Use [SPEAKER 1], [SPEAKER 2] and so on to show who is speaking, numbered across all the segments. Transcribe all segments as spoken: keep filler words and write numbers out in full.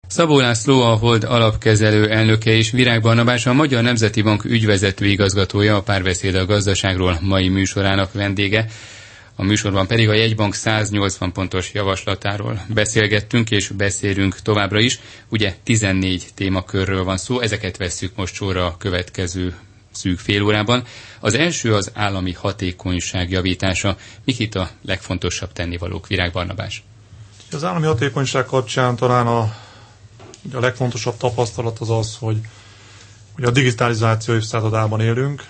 [SPEAKER 1] Szabó László, a Hold alapkezelő elnöke és Virág Barnabás, a Magyar Nemzeti Bank ügyvezető igazgatója, a Párbeszéd a gazdaságról mai műsorának vendége. A műsorban pedig a jegybank száznyolcvan pontos javaslatáról beszélgettünk, és beszélünk továbbra is. Ugye tizennégy témakörről van szó, ezeket vesszük most sorra a következő szűk fél órában. Az első az állami hatékonyság javítása. Mik itt a legfontosabb tennivalók? Virág Barnabás.
[SPEAKER 2] Az állami hatékonyság kapcsán talán a, a legfontosabb tapasztalat az az, hogy, hogy a digitalizáció évszázadában élünk.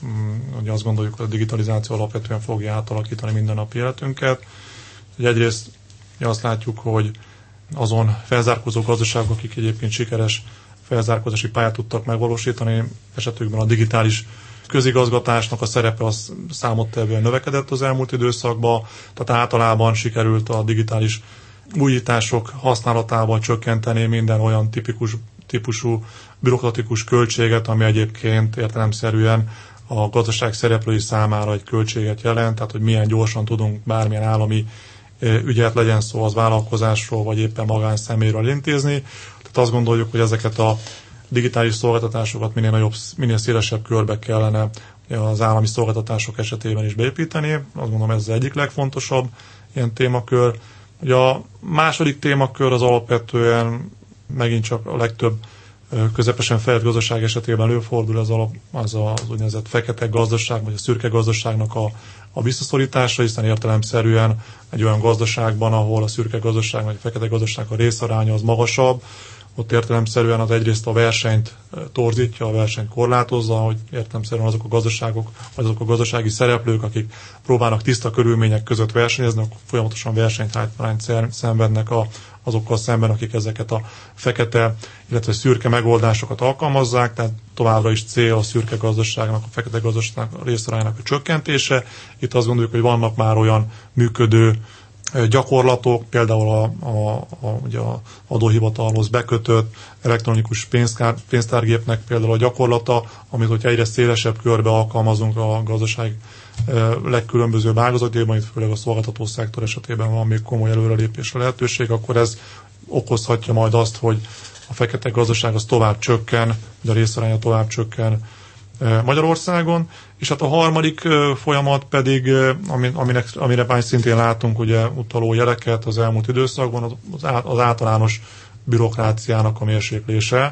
[SPEAKER 2] Ugye azt gondoljuk, hogy a digitalizáció alapvetően fogja átalakítani mindennapi életünket. Ugye egyrészt azt látjuk, hogy azon felzárkózó gazdaságok, akik egyébként sikeres felzárkózási pályát tudtak megvalósítani, esetükben a digitális közigazgatásnak a szerepe az számottevően növekedett az elmúlt időszakban, tehát általában sikerült a digitális újítások használatával csökkenteni minden olyan tipikus, típusú bürokratikus költséget, ami egyébként értelemszerűen a gazdaság szereplői számára egy költséget jelent, tehát hogy milyen gyorsan tudunk bármilyen állami ügyet, legyen szó az vállalkozásról, vagy éppen magánszemélyről intézni. Tehát azt gondoljuk, hogy ezeket a digitális szolgáltatásokat minél nagyobb, minél szélesebb körbe kellene az állami szolgáltatások esetében is beépíteni. Azt gondolom, ez az egyik legfontosabb ilyen témakör. Ugye a második témakör az alapvetően megint csak a legtöbb közepesen fejlett gazdaság esetében előfordul, az, alap, az az úgynevezett fekete gazdaság, vagy a szürke gazdaságnak a, a visszaszorítása, hiszen értelemszerűen egy olyan gazdaságban, ahol a szürke gazdaság, vagy a fekete gazdaság a részaránya az magasabb, ott értelemszerűen az egyrészt a versenyt torzítja, a versenyt korlátozza, hogy értelemszerűen azok a gazdaságok, vagy azok a gazdasági szereplők, akik próbálnak tiszta körülmények között versenyezni, akkor folyamatosan versenyhátrányt szenvednek a, azokkal szemben, akik ezeket a fekete, illetve szürke megoldásokat alkalmazzák, tehát továbbra is cél a szürke gazdaságnak, a fekete gazdaságnak a részarányának a csökkentése. Itt azt gondoljuk, hogy vannak már olyan működő gyakorlatok, például a, a, a, ugye a adóhivatalhoz bekötött elektronikus pénzkár, pénztárgépnek például a gyakorlata, amit hogyha egyre szélesebb körbe alkalmazunk a gazdaság legkülönbözőbb ágazatében, itt főleg a szolgáltató szektor esetében van még komoly előrelépésre lehetőség, akkor ez okozhatja majd azt, hogy a fekete gazdaság az tovább csökken, de a részaránya tovább csökken Magyarországon, és hát a harmadik folyamat pedig, aminek, amire már szintén látunk ugye utaló jeleket az elmúlt időszakban, az általános bürokráciának a mérséklése,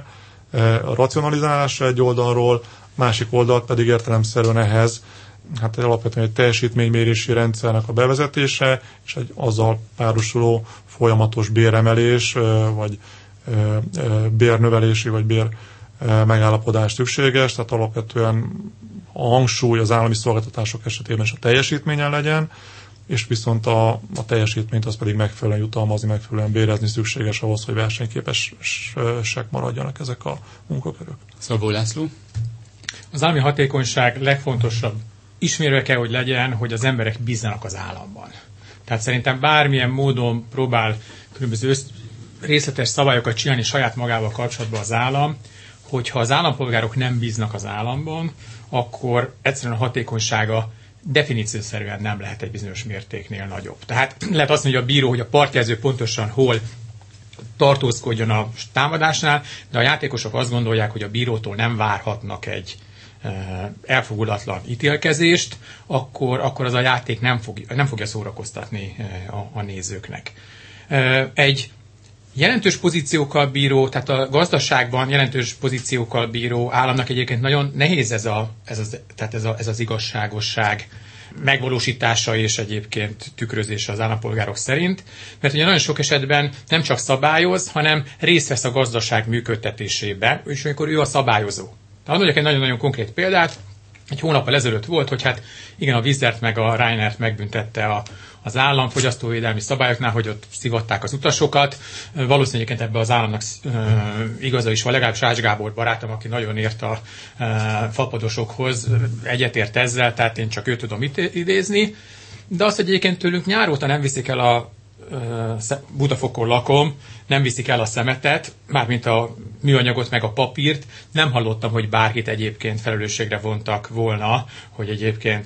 [SPEAKER 2] a racionalizálása egy oldalról, másik oldalt pedig értelemszerűen ehhez hát egy alapvetően egy teljesítménymérési rendszernek a bevezetése, és egy azzal párosuló folyamatos béremelés, vagy bérnövelési, vagy bér megállapodás szükséges, tehát alapvetően a hangsúly az állami szolgáltatások esetében is a teljesítményen legyen, és viszont a, a teljesítményt az pedig megfelelően jutalmazni, megfelelően bérezni szükséges ahhoz, hogy versenyképesek maradjanak ezek a munkakörök.
[SPEAKER 1] Szabó László.
[SPEAKER 3] Az állami hatékonyság legfontosabb ismérve kell, hogy legyen, hogy az emberek bízzanak az államban. Tehát szerintem bármilyen módon próbál különböző össz, részletes szabályokat csinálni saját magával kapcsolatban az állam, hogyha az állampolgárok nem bíznak az államban, akkor egyszerűen a hatékonysága definíciószerűen nem lehet egy bizonyos mértéknél nagyobb. Tehát lehet azt mondani, hogy a bíró, hogy a partjelző pontosan hol tartózkodjon a támadásnál, de a játékosok azt gondolják, hogy a bírótól nem várhatnak egy elfogulatlan ítélkezést, akkor, akkor az a játék nem, fog, nem fogja szórakoztatni a, a nézőknek. Egy jelentős pozíciókkal bíró, tehát a gazdaságban jelentős pozíciókkal bíró államnak egyébként nagyon nehéz ez, a, ez, az, tehát ez, a, ez az igazságosság megvalósítása és egyébként tükrözése az állampolgárok szerint, mert ugye nagyon sok esetben nem csak szabályoz, hanem részt vesz a gazdaság működtetésébe, és amikor ő a szabályozó. Tehát mondjuk egy nagyon-nagyon konkrét példát, egy hónappal ezelőtt volt, hogy hát igen, a Wizzert meg a Ryanert megbüntette a, az állam fogyasztóvédelmi szabályoknál, hogy ott szivatták az utasokat. Valószínűleg ebben az államnak uh, igaza is van, legalábbis Ács Gábor barátom, aki nagyon ért a uh, fapadosokhoz, egyetért ezzel, tehát én csak őt tudom idézni. De azt, hogy egyébként tőlünk nyár óta nem viszik el a Budafokon lakom, nem viszik el a szemetet, mármint a műanyagot meg a papírt. Nem hallottam, hogy bárkit egyébként felelősségre vontak volna, hogy egyébként ez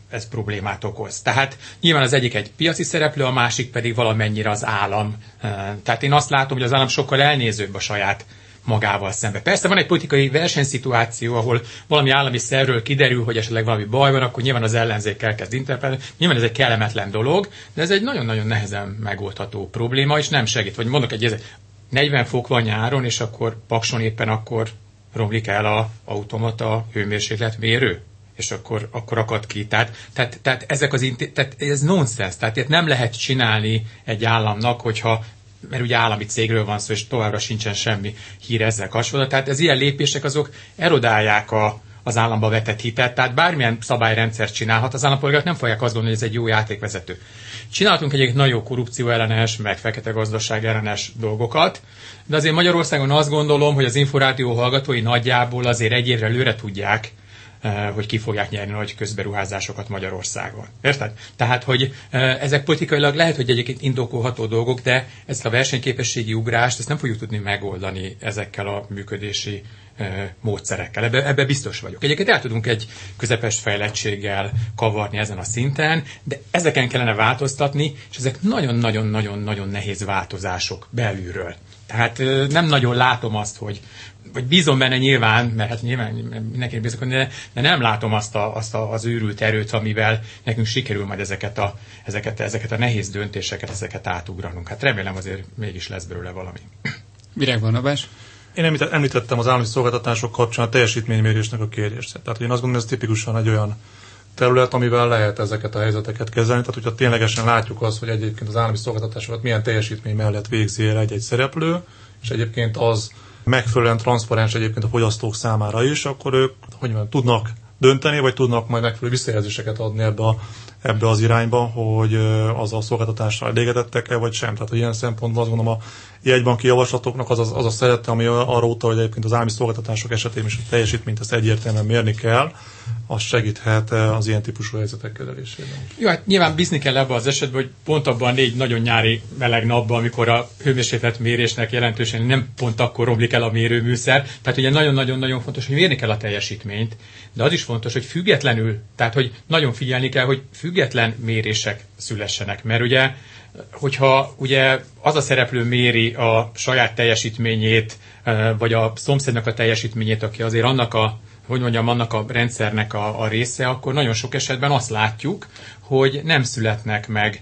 [SPEAKER 3] ez problémát okoz. Tehát nyilván az egyik egy piaci szereplő, a másik pedig valamennyire az állam. Tehát én azt látom, hogy az állam sokkal elnézőbb a saját magával szembe. Persze van egy politikai versenyszituáció, ahol valami állami szervről kiderül, hogy esetleg valami baj van, akkor nyilván az ellenzék elkezd interpellálni. Nyilván ez egy kellemetlen dolog, de ez egy nagyon-nagyon nehezen megoldható probléma, és nem segít. Vagy mondok egy negyven fok van nyáron, és akkor Pakson éppen akkor romlik el az automata hőmérsékletmérő, és akkor, akkor akad ki. Tehát, tehát, tehát, ezek az inté- tehát ez nonsens. Tehát nem lehet csinálni egy államnak, hogyha, mert ugye állami cégről van szó, és továbbra sincsen semmi hír ezzel kapcsolatban. Tehát ez ilyen lépések azok erodálják a, az államba vetett hitet, tehát bármilyen szabályrendszert csinálhat, az állampolgárok nem fogják azt gondolni, hogy ez egy jó játékvezető. Csináltunk egyébként nagyon korrupció ellenes, meg fekete gazdaság ellenes dolgokat, de azért Magyarországon azt gondolom, hogy az Inforádió hallgatói nagyjából azért egy évre előre tudják, hogy ki fogják nyerni nagy közberuházásokat Magyarországon. Érted? Tehát, hogy ezek politikailag lehet, hogy egyébként indokolható dolgok, de ezt a versenyképességi ugrást ezt nem fogjuk tudni megoldani ezekkel a működési módszerekkel. Ebbe, ebbe biztos vagyok. Egyébként el tudunk egy közepes fejlettséggel kavarni ezen a szinten, de ezeken kellene változtatni, és ezek nagyon-nagyon-nagyon-nagyon nehéz változások belülről. Tehát nem nagyon látom azt, hogy vagy bízom benne nyilván, mert hát nyilván mindenki bízok, de, de nem látom azt, a, azt a, az őrült erőt, amivel nekünk sikerül majd ezeket a, ezeket, ezeket a nehéz döntéseket, ezeket átugranunk. Hát remélem azért mégis lesz belőle valami.
[SPEAKER 1] Virág Barnabás?
[SPEAKER 2] Én említettem az állami szolgáltatások kapcsán a teljesítménymérésnek a kérdését. Tehát én azt gondolom, hogy ez tipikusan egy olyan terület, amivel lehet ezeket a helyzeteket kezelni. Tehát, hogyha ténylegesen látjuk azt, hogy egyébként az állami szolgáltatásokat milyen teljesítmény mellett végzi el egy-egy szereplő, és egyébként az megfelelően transzparens egyébként a fogyasztók számára is, akkor ők hogy mondjam, tudnak dönteni, vagy tudnak majd megfelelő visszajelzéseket adni ebbe, a, ebbe az irányba, hogy az a szolgáltatással elégedettek-e, vagy sem. Tehát, hogy ilyen szempontból azt gondolom, a jegybanki javaslatoknak az a, az a szerete, ami arra utal, hogy egyébként az állami szolgáltatások esetében is a teljesítményt ezt egyértelműen mérni kell, az segíthet az ilyen típusú helyzetek kezelésében.
[SPEAKER 3] Jó, hát nyilván bízni kell ebbe az esetben, hogy pont abban a négy nagyon nyári meleg napban, amikor a hőmérséklet mérésnek jelentősen nem pont akkor romlik el a mérőműszer. Tehát ugye nagyon-nagyon-nagyon fontos, hogy mérni kell a teljesítményt, de az is fontos, hogy függetlenül, tehát hogy nagyon figyelni kell, hogy független mérések szülessenek, mert ugye hogyha ugye az a szereplő méri a saját teljesítményét, vagy a szomszédnak a teljesítményét, aki azért annak a hogy mondjam, annak a rendszernek a, a része, akkor nagyon sok esetben azt látjuk, hogy nem születnek meg,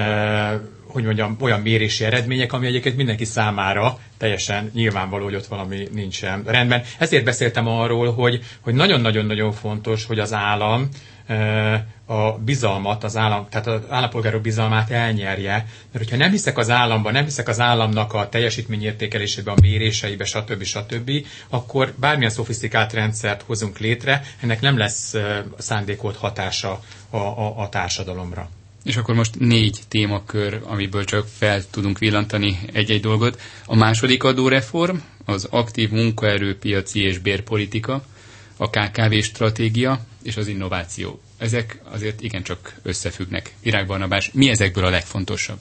[SPEAKER 3] e, hogy mondjam, olyan mérési eredmények, ami egyébként mindenki számára teljesen nyilvánvaló, hogy ott valami nincsen rendben. Ezért beszéltem arról, hogy, hogy nagyon-nagyon-nagyon fontos, hogy az állam e, a bizalmat, az állam, tehát az állampolgárok bizalmát elnyerje, mert hogyha nem hiszek az államban, nem hiszek az államnak a teljesítményértékelésébe, a méréseibe, stb. stb., akkor bármilyen szofisztikált rendszert hozunk létre, ennek nem lesz szándékolt hatása a, a, a társadalomra.
[SPEAKER 1] És akkor most négy témakör, amiből csak fel tudunk villantani egy-egy dolgot. A második adóreform, az aktív munkaerőpiaci és bérpolitika, a ká ká vé stratégia és az innováció. Ezek azért igencsak összefüggnek. Virág Barnabás, mi ezekből a legfontosabb?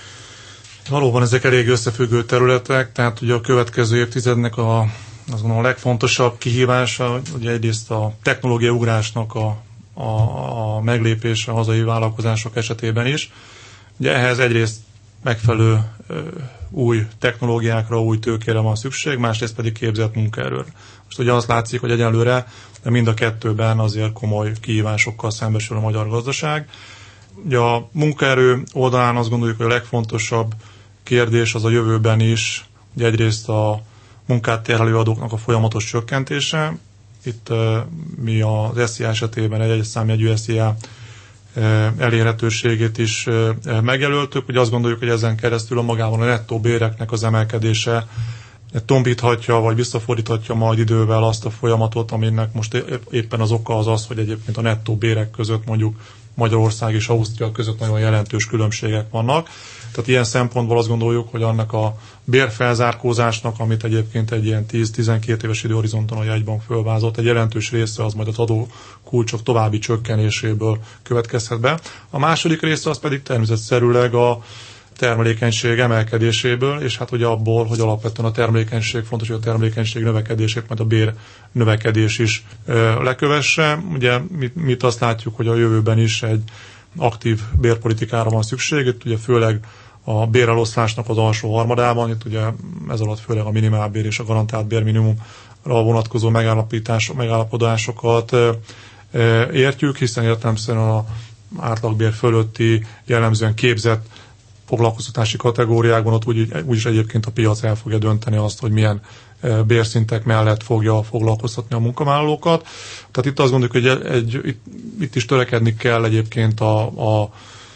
[SPEAKER 2] Valóban ezek elég összefüggő területek, tehát ugye a következő évtizednek a, azt gondolom, a legfontosabb kihívása, ugye egyrészt a technológiai ugrásnak a, a, a meglépése a hazai vállalkozások esetében is. Ugye ehhez egyrészt megfelelő ö, új technológiákra, új tőkére van szükség, másrészt pedig képzett munkaerőre. Most ugye azt látszik, hogy egyelőre de mind a kettőben azért komoly kihívásokkal szembesül a magyar gazdaság. Ugye a munkaerő oldalán azt gondoljuk, hogy a legfontosabb kérdés az a jövőben is, ugye egyrészt a munkát terhelő adóknak a folyamatos csökkentése. Itt uh, mi az es zé á esetében egy egyes számjegyű es zé á uh, elérhetőségét is uh, megjelöltük. Ugye azt gondoljuk, hogy ezen keresztül a magában a nettó béreknek az emelkedése tombíthatja, vagy visszafordíthatja majd idővel azt a folyamatot, aminek most éppen az oka az az, hogy egyébként a nettó bérek között mondjuk Magyarország és Ausztria között nagyon jelentős különbségek vannak. Tehát ilyen szempontból azt gondoljuk, hogy annak a bérfelzárkózásnak, amit egyébként egy ilyen tíz-tizenkét éves időhorizonton a jegybank fölvázolt, egy jelentős része az majd az adókulcsok további csökkenéséből következhet be. A második része az pedig természetszerűleg a termelékenység emelkedéséből, és hát ugye abból, hogy alapvetően a termelékenység fontos, hogy a termelékenység növekedését majd a bér növekedés is ö, lekövesse. Ugye mit, mit azt látjuk, hogy a jövőben is egy aktív bérpolitikára van szükség, itt ugye főleg a béreloszlásnak az alsó harmadában, itt ugye ez alatt főleg a minimálbér és a garantált bérminimumra vonatkozó megállapítás, megállapodásokat ö, ö, értjük, hiszen értelemszerűen a átlagbér fölötti jellemzően képzett foglalkoztatási kategóriákban ott úgy, úgyis egyébként a piac el fogja dönteni azt, hogy milyen bérszintek mellett fogja foglalkoztatni a munkavállalókat. Tehát itt azt gondoljuk, hogy egy, egy, itt, itt is törekedni kell egyébként a, a,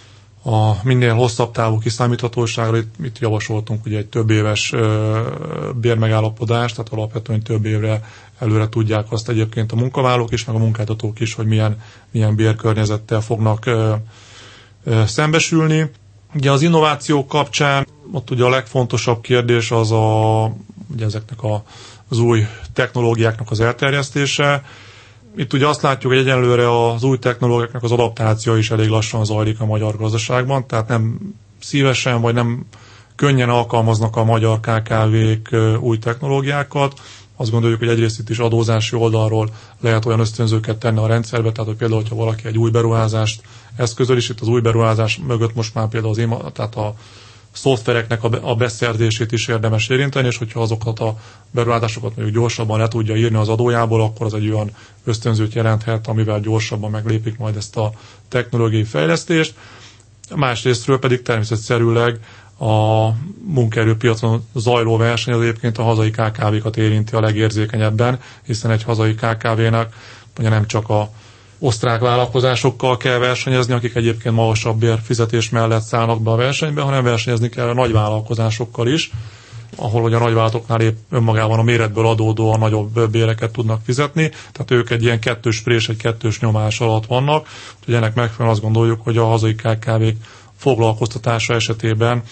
[SPEAKER 2] a minél hosszabb távú kiszámíthatóságra. Itt, itt javasoltunk ugye egy több éves bérmegállapodást, tehát alapvetően több évre előre tudják azt egyébként a munkavállalók is, meg a munkáltatók is, hogy milyen, milyen bérkörnyezettel fognak ö, ö, szembesülni. Ugye az innovációk kapcsán ott ugye a legfontosabb kérdés az a, ugye ezeknek a, az új technológiáknak az elterjesztése. Itt ugye azt látjuk, hogy egyenlőre az új technológiáknak az adaptáció is elég lassan zajlik a magyar gazdaságban, tehát nem szívesen vagy nem könnyen alkalmaznak a magyar ká ká vék új technológiákat. Azt gondoljuk, hogy egyrészt itt is adózási oldalról lehet olyan ösztönzőket tenni a rendszerbe, tehát hogy például, hogyha valaki egy új beruházást eszközöl, és itt az új beruházás mögött most már például az éma, tehát a szoftvereknek a beszerzését is érdemes érinteni, és hogyha azokat a beruházásokat mondjuk gyorsabban le tudja írni az adójából, akkor az egy olyan ösztönzőt jelenthet, amivel gyorsabban meglépik majd ezt a technológiai fejlesztést. Másrésztről pedig természetszerűleg a munkaerőpiacon zajló verseny az egyébként a hazai ká ká vékat érinti a legérzékenyebben, hiszen egy hazai ká ká vének ugye nem csak a osztrák vállalkozásokkal kell versenyezni, akik egyébként magasabb bérfizetés mellett szállnak be a versenybe, hanem versenyezni kell a nagy vállalkozásokkal is, ahol ugye a nagyvállalatoknál épp önmagában a méretből adódóan nagyobb béreket tudnak fizetni, tehát ők egy ilyen kettős prés, egy kettős nyomás alatt vannak, úgyhogy ennek megfelelően azt gondoljuk, hogy a hazai ká ká vék foglalkoztatása esetében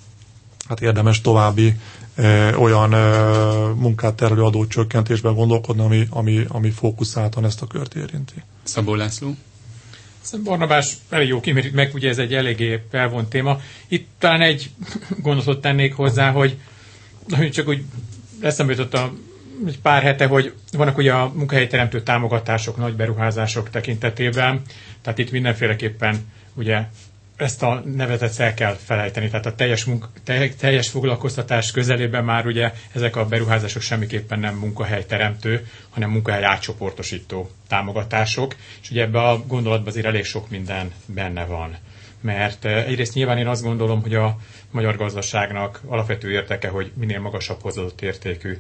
[SPEAKER 2] hát érdemes további e, olyan e, munkát terhelő adócsökkentésben gondolkodni, ami, ami, ami fókuszáltan ezt a kört érinti.
[SPEAKER 1] Szabó László?
[SPEAKER 3] Szerintem Barnabás elég jó kimérjük meg, ugye ez egy eléggé felvont téma. Itt talán egy gondolatot tennék hozzá, hogy csak úgy eszembe jutott a egy pár hete, hogy vannak ugye a munkahelyteremtő támogatások, nagy beruházások tekintetében, tehát itt mindenféleképpen ugye ezt a nevetet el kell felejteni, tehát a teljes, munka, teljes foglalkoztatás közelében már ugye ezek a beruházások semmiképpen nem munkahelyteremtő, hanem munkahely átcsoportosító támogatások, és ugye ebben a gondolatban azért elég sok minden benne van. Mert egyrészt nyilván én azt gondolom, hogy a magyar gazdaságnak alapvető értéke, hogy minél magasabb hozzáadott értékű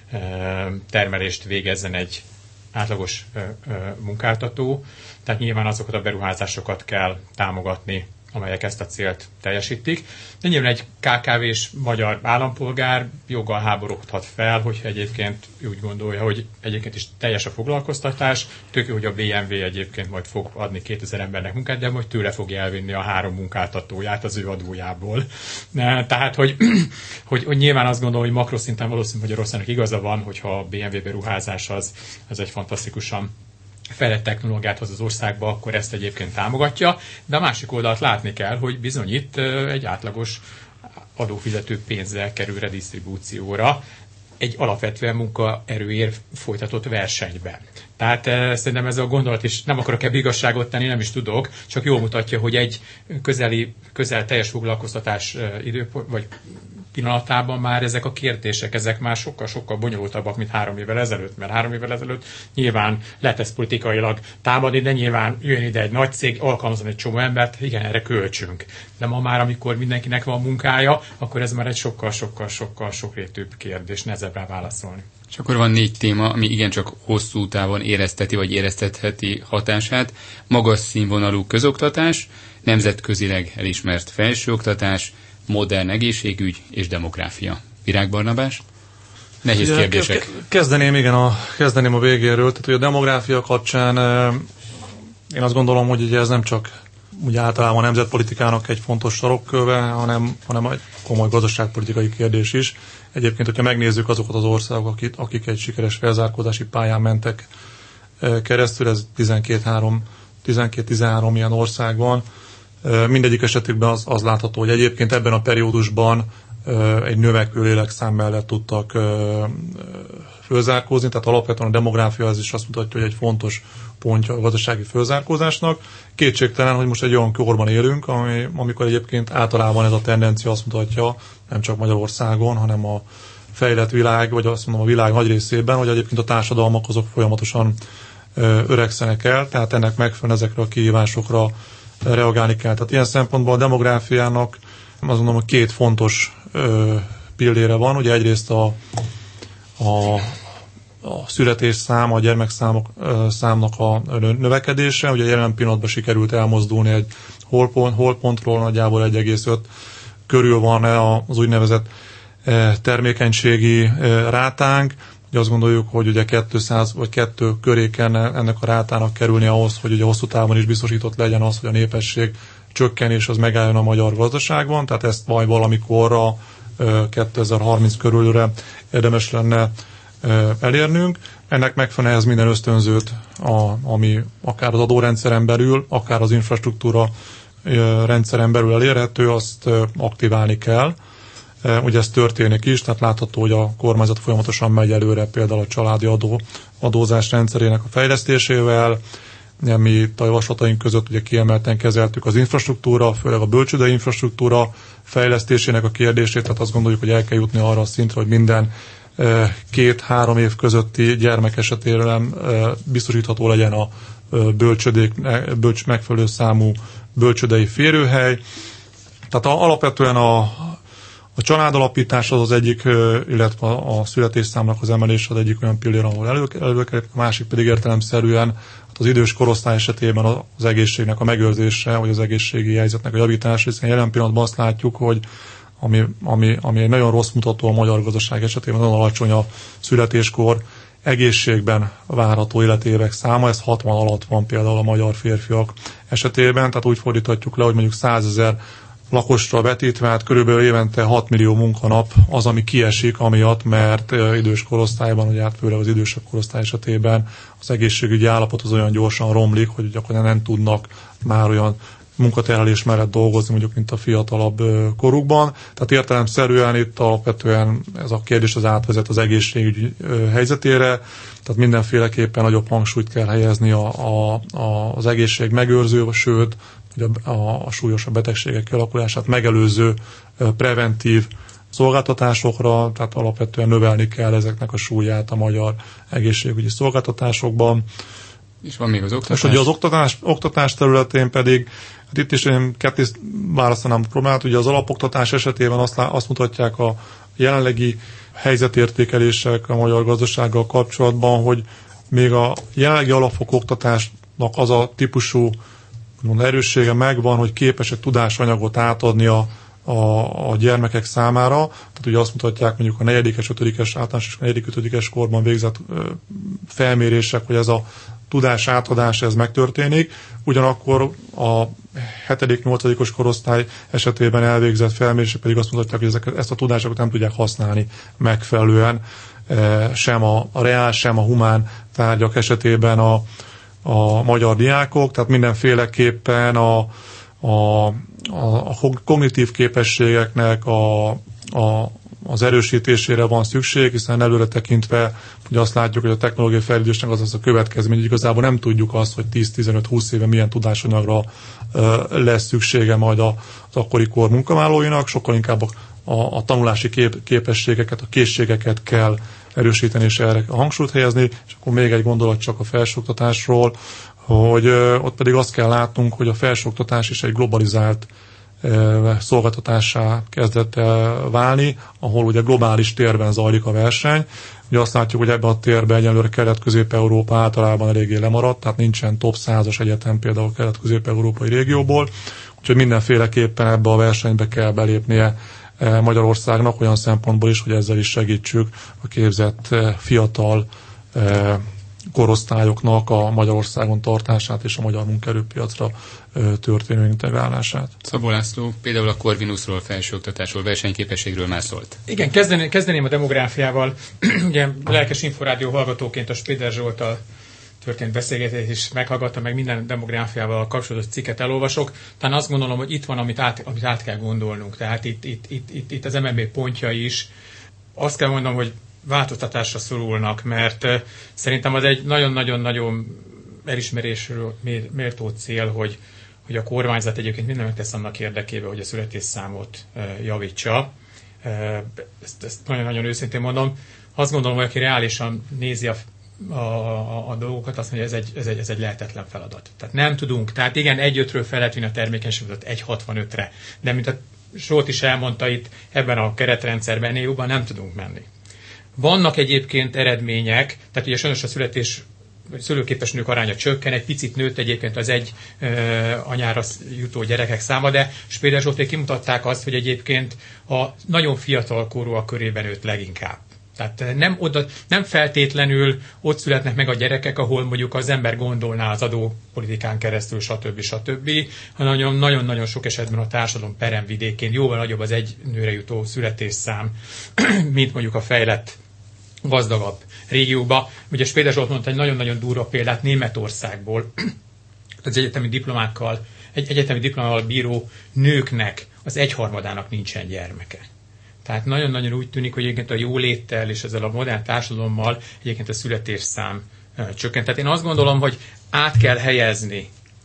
[SPEAKER 3] termelést végezzen egy átlagos munkáltató, tehát nyilván azokat a beruházásokat kell támogatni, amelyek ezt a célt teljesítik. De nyilván egy ká ká vés magyar állampolgár joggal háborodhat fel, hogyha egyébként úgy gondolja, hogy egyébként is teljes a foglalkoztatás, tök jó, hogy a bé em vé egyébként majd fog adni kétezer embernek munkát, de majd tőle fogja elvinni a három munkáltatóját az ő adójából. Tehát, hogy, hogy, hogy nyilván azt gondolom, hogy makroszinten valószínűleg Magyarországnak igaza van, hogyha a bé em vé beruházás az, az egy fantasztikusan fejlett technológiát hoz az országba, akkor ezt egyébként támogatja, de a másik oldalt látni kell, hogy bizony itt egy átlagos adófizető pénzzel kerül redisztribúcióra egy alapvetően munkaerőért folytatott versenyben. Tehát szerintem ez a gondolat is, nem akarok ebbe igazságot tenni, nem is tudok, csak jól mutatja, hogy egy közeli, közel teljes foglalkoztatás időpont, vagy pillanatában már ezek a kérdések, ezek már sokkal-sokkal bonyolultabbak, mint három évvel ezelőtt, mert három évvel ezelőtt nyilván lehet ezt politikailag támadni, de nyilván jön ide egy nagy cég, alkalmazom egy csomó embert, igen, erre költsünk. De ma már, amikor mindenkinek van munkája, akkor ez már egy sokkal-sokkal-sokkal sokrétűbb kérdés, nehezebb rá válaszolni.
[SPEAKER 1] És akkor van négy téma, ami igencsak hosszú távon érezteti vagy éreztetheti hatását. Magas színvonalú közoktatás, nemzetközileg elismert felsőoktatás, modern egészségügy és demográfia. Virág Barnabás? Nehéz ja, kérdések.
[SPEAKER 2] Kezdeném, igen, a, kezdeném a végéről. Tehát, hogy a demográfia kapcsán én azt gondolom, hogy ugye ez nem csak ugye általában a nemzetpolitikának egy fontos sarokköve, hanem, hanem egy komoly gazdaságpolitikai kérdés is. Egyébként, hogyha megnézzük azokat az országok, akik, akik egy sikeres felzárkózási pályán mentek keresztül, ez tizenkét-tizenhárom ilyen ország van, Mindegyik esetükben az, az látható, hogy egyébként ebben a periódusban egy növekvő lélekszám mellett tudtak fölzárkózni, tehát alapvetően a demográfia az is azt mutatja, hogy egy fontos pontja a gazdasági fölzárkózásnak. Kétségtelen, hogy most egy olyan korban élünk, ami, amikor egyébként általában ez a tendencia azt mutatja, nem csak Magyarországon, hanem a fejlett világ, vagy azt mondom a világ nagy részében, hogy egyébként a társadalmak azok folyamatosan öregszenek el, tehát ennek megfelelően ezekre a kihívásokra reagálni kell. Tehát ilyen szempontból a demográfiának azt mondom, hogy két fontos ö, pillére van. Ugye egyrészt a, a, a születésszám, a gyermekszámok ö, számnak a növekedése. Ugye jelen pillanatban sikerült elmozdulni egy holpont, holpontról, nagyjából egy egész öt körül van az úgynevezett termékenységi rátánk. Ugye azt gondoljuk, hogy ugye kétszáz vagy kettő köré kellene ennek a rátának kerülni ahhoz, hogy ugye hosszú távon is biztosított legyen az, hogy a népesség csökkenés az megálljon a magyar gazdaságban, tehát ezt majd valamikorra kétezer-harminc körülre érdemes lenne elérnünk. Ennek megfelelően ez minden ösztönzőt, a, ami akár az adórendszeren belül, akár az infrastruktúra rendszeren belül elérhető, azt aktiválni kell. Ugye ez történik is, tehát látható, hogy a kormányzat folyamatosan megy előre például a családi adó, adózás rendszerének a fejlesztésével. Mi itt a javaslataink között ugye kiemelten kezeltük az infrastruktúra, főleg a bölcsődei infrastruktúra fejlesztésének a kérdését, tehát azt gondoljuk, hogy el kell jutni arra a szintre, hogy minden két-három év közötti gyermek esetében biztosítható legyen a bölcsödék, bölcs megfelelő számú bölcsődei férőhely. Tehát a, alapvetően a A családalapítás az az egyik, illetve a születésszámnak az emelés az egyik olyan pillér, ahol előkerül, a másik pedig értelemszerűen az idős korosztály esetében az egészségnek a megőrzése, vagy az egészségi helyzetnek a javítása, hiszen jelen pillanatban azt látjuk, hogy ami, ami, ami egy nagyon rossz mutató a magyar gazdaság esetében, nagyon alacsony a születéskor, egészségben várható életévek száma, ez hatvan alatt van például a magyar férfiak esetében, tehát úgy fordíthatjuk le, hogy mondjuk százezer lakosra vetítve, hát körülbelül évente hat millió munkanap az, ami kiesik, amiatt, mert idős korosztályban, ugye hát főleg az idősebb korosztály esetében az egészségügyi állapot az olyan gyorsan romlik, hogy gyakorlatilag nem tudnak már olyan munkaterhelés mellett dolgozni, mondjuk, mint a fiatalabb korukban. Tehát értelemszerűen itt alapvetően ez a kérdés az átvezet az egészségügyi helyzetére, tehát mindenféleképpen nagyobb hangsúlyt kell helyezni a, a, a, az egészség megőrző, sőt, a, a, a súlyosabb betegségek kialakulását megelőző preventív szolgáltatásokra, tehát alapvetően növelni kell ezeknek a súlyát a magyar egészségügyi szolgáltatásokban.
[SPEAKER 1] És van még az oktatás?
[SPEAKER 2] És ugye az oktatás, oktatás területén pedig, hát itt is én ketté választanám a problémát, ugye az alapoktatás esetében azt, azt mutatják a jelenlegi helyzetértékelések a magyar gazdasággal kapcsolatban, hogy még a jelenlegi alapfokú oktatásnak az a típusú mondom, erőssége megvan, hogy képesek tudásanyagot átadni a, a, a gyermekek számára. Tehát ugye azt mutatják mondjuk a negyedikes, ötödikes, általános és negyedik, ötödikes korban végzett ö, felmérések, hogy ez a tudás átadás ez megtörténik. Ugyanakkor a hetedik, nyolcadikos korosztály esetében elvégzett felmérések pedig azt mutatják, hogy ezek, ezt a tudásokat nem tudják használni megfelelően, e, sem a, a reál, sem a humán tárgyak esetében a a magyar diákok, tehát mindenféleképpen a, a, a kognitív képességeknek a, a, az erősítésére van szükség, hiszen előre tekintve ugye azt látjuk, hogy a technológiai fejlődésnek az az a következmény, hogy igazából nem tudjuk azt, hogy tíz-tizenöt-húsz éve milyen tudásanyagra lesz szüksége majd az akkori kor munkavállalóinak, sokkal inkább a, a, a tanulási kép, képességeket, a készségeket kell erősíteni és erre a hangsúlyt helyezni, és akkor még egy gondolat csak a felsőoktatásról, hogy ott pedig azt kell látnunk, hogy a felsőoktatás is egy globalizált szolgáltatássá kezdett el válni, ahol ugye globális térben zajlik a verseny. Ugye azt látjuk, hogy ebben a térben egyelőre Kelet-Közép-Európa általában eléggé lemaradt, tehát nincsen top százas egyetem például Kelet-Közép-európai régióból, úgyhogy mindenféleképpen ebbe a versenybe kell belépnie Magyarországnak olyan szempontból is, hogy ezzel is segítsük a képzett fiatal korosztályoknak a Magyarországon tartását és a magyar munkaerőpiacra történő integrálását.
[SPEAKER 1] Szabó László például a Corvinusról, felsőoktatásról, versenyképességről már szólt.
[SPEAKER 3] Igen, kezdeném, kezdeném a demográfiával. Ugye lelkes inforádió hallgatóként a Spider Zsolttal történt beszélgetést is meghallgattam, meg minden demográfiával kapcsolatos cikket elolvasok. Tehát azt gondolom, hogy itt van, amit át, amit át kell gondolnunk. Tehát itt, itt, itt, itt, itt az em en bé pontja is. Azt kell mondanom, hogy változtatásra szorulnak, mert szerintem az egy nagyon-nagyon-nagyon elismerésről méltó cél, hogy, hogy a kormányzat egyébként minden megtesz annak érdekében, hogy a születésszámot javítsa. Ezt, ezt nagyon-nagyon őszintén mondom. Azt gondolom, hogy aki reálisan nézi a, a, a, a dolgokat, azt mondja, hogy ez egy, ez, egy, ez egy lehetetlen feladat. Tehát nem tudunk. Tehát igen, egy ötről fel lehet vinni a termékenységet egy hatvanötre, de mint a Zsolt is elmondta itt, ebben a keretrendszerben ennél jobban nem tudunk menni. Vannak egyébként eredmények, tehát ugye sajnos a születés szülőképes nők aránya csökken, egy picit nőtt egyébként az egy ö, anyára jutó gyerekek száma, de Spéder Zsolték kimutatták azt, hogy egyébként a nagyon fiatal korúak körében nőtt leginkább. Tehát nem, oda, nem feltétlenül ott születnek meg a gyerekek, ahol mondjuk az ember gondolná az adópolitikán keresztül, stb. stb., hanem nagyon-nagyon sok esetben a társadalom peremvidékén jóval nagyobb az egy nőre jutó születésszám, mint mondjuk a fejlett, gazdagabb régióba. Ugye Spéder Zsolt mondta egy nagyon-nagyon durva példát Németországból, az egyetemi diplomákkal, egy egyetemi diplomával bíró nőknek az egyharmadának nincsen gyermeke. Tehát nagyon-nagyon úgy tűnik, hogy egyébként a jóléttel és ezzel a modern társadalommal egyébként a születésszám csökkent. Tehát én azt gondolom, hogy át kell helyezni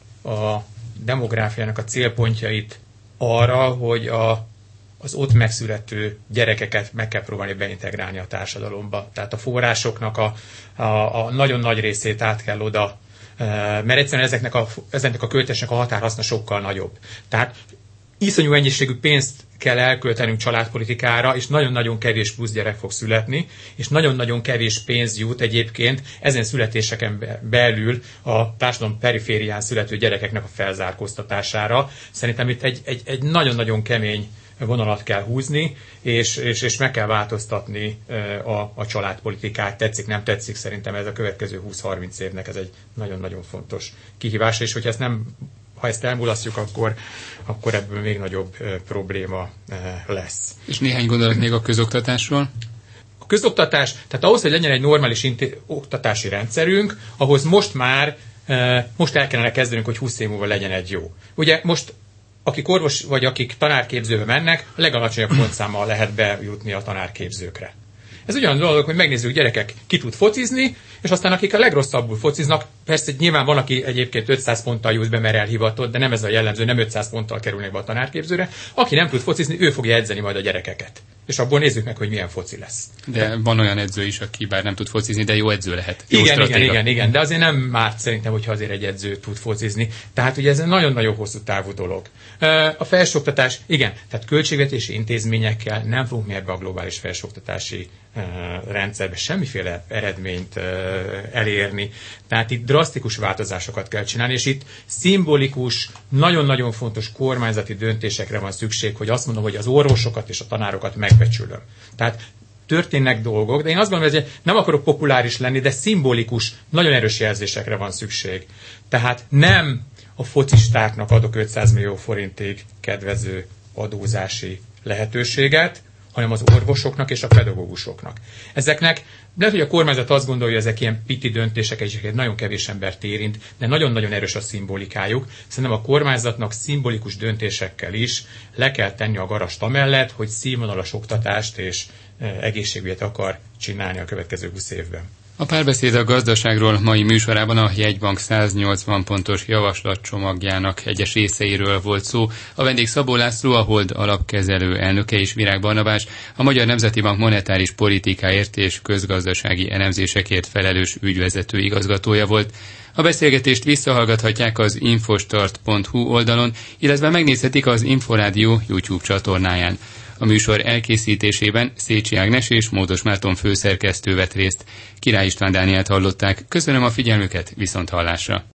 [SPEAKER 3] a demográfiának a célpontjait arra, hogy a, az ott megszülető gyerekeket meg kell próbálni beintegrálni a társadalomba. Tehát a forrásoknak a, a, a nagyon nagy részét át kell oda, mert egyszerűen ezeknek a, ezeknek a költésnek a határhaszna sokkal nagyobb. Tehát iszonyú ennyiségű pénzt kell elköltenünk családpolitikára, és nagyon-nagyon kevés plusz gyerek fog születni, és nagyon-nagyon kevés pénz jut egyébként ezen születéseken belül a társadalom periférián születő gyerekeknek a felzárkóztatására. Szerintem itt egy, egy, egy nagyon-nagyon kemény vonalat kell húzni, és, és, és meg kell változtatni a, a családpolitikát. Tetszik, nem tetszik, szerintem ez a következő húsz-harminc évnek ez egy nagyon-nagyon fontos kihívás, és hogyha ezt nem ha ezt elmulasztjuk, akkor, akkor ebből még nagyobb e, probléma e, lesz.
[SPEAKER 1] És néhány gondolat még a közoktatásról?
[SPEAKER 3] A közoktatás, tehát ahhoz, hogy legyen egy normális inté- oktatási rendszerünk, ahhoz most már, e, most el kellene kezdenünk, hogy húsz év múlva legyen egy jó. Ugye most akik orvos vagy akik tanárképzőbe mennek, a legalacsonyabb pontszámmal lehet bejutni a tanárképzőkre. Ez ugyanaz dolog, hogy megnézzük, gyerekek ki tud focizni, és aztán akik a legrosszabbul fociznak, persze nyilván van, aki egyébként ötszáz ponttal jut be, mert elhivatott, de nem ez a jellemző, nem ötszáz ponttal kerülnek be a tanárképzőre. Aki nem tud focizni, ő fogja edzeni majd a gyerekeket. És abból nézzük meg, hogy milyen foci lesz.
[SPEAKER 1] De van olyan edző is, aki bár nem tud focizni, de jó edző lehet. Jó
[SPEAKER 3] igen, igen, igen, igen, de azért nem márt szerintem, hogyha azért egy edző tud focizni. Tehát ugye ez egy nagyon-nagyon hosszú távú dolog. A felsőoktatás, igen, tehát költségvetési intézményekkel nem fogunk mi ebbe a globális felsőoktatási rendszerbe semmiféle eredményt elérni. Tehát itt drasztikus változásokat kell csinálni, és itt szimbolikus, nagyon-nagyon fontos kormányzati döntésekre van szükség, hogy azt mondom, hogy az orvosokat és a tanárokat megbecsülöm. Tehát történnek dolgok, de én azt gondolom, hogy nem akarok populáris lenni, de szimbolikus, nagyon erős jelzésekre van szükség. Tehát nem a focistáknak adok ötszáz millió forintig kedvező adózási lehetőséget, hanem az orvosoknak és a pedagógusoknak. Ezeknek, lehet, hogy a kormányzat azt gondolja, hogy ezek ilyen piti döntések, és nagyon kevés embert érint, de nagyon-nagyon erős a szimbolikájuk. Szerintem a kormányzatnak szimbolikus döntésekkel is le kell tenni a garast amellett, hogy színvonalas oktatást és egészségügyet akar csinálni a következő húsz évben.
[SPEAKER 1] A Párbeszéd a gazdaságról mai műsorában a Jegybank száznyolcvan pontos javaslatcsomagjának egyes részeiről volt szó. A vendég Szabó László, a Hold alapkezelő elnöke, és Virág Barnabás, a Magyar Nemzeti Bank monetáris politikáért és közgazdasági elemzésekért felelős ügyvezető igazgatója volt. A beszélgetést visszahallgathatják az infostart pont hu oldalon, illetve megnézhetik az Inforádió YouTube csatornáján. A műsor elkészítésében Szécsi Ágnes és Módos Márton főszerkesztő vett részt. Király István Dánielt hallották. Köszönöm a figyelmüket, viszont hallásra!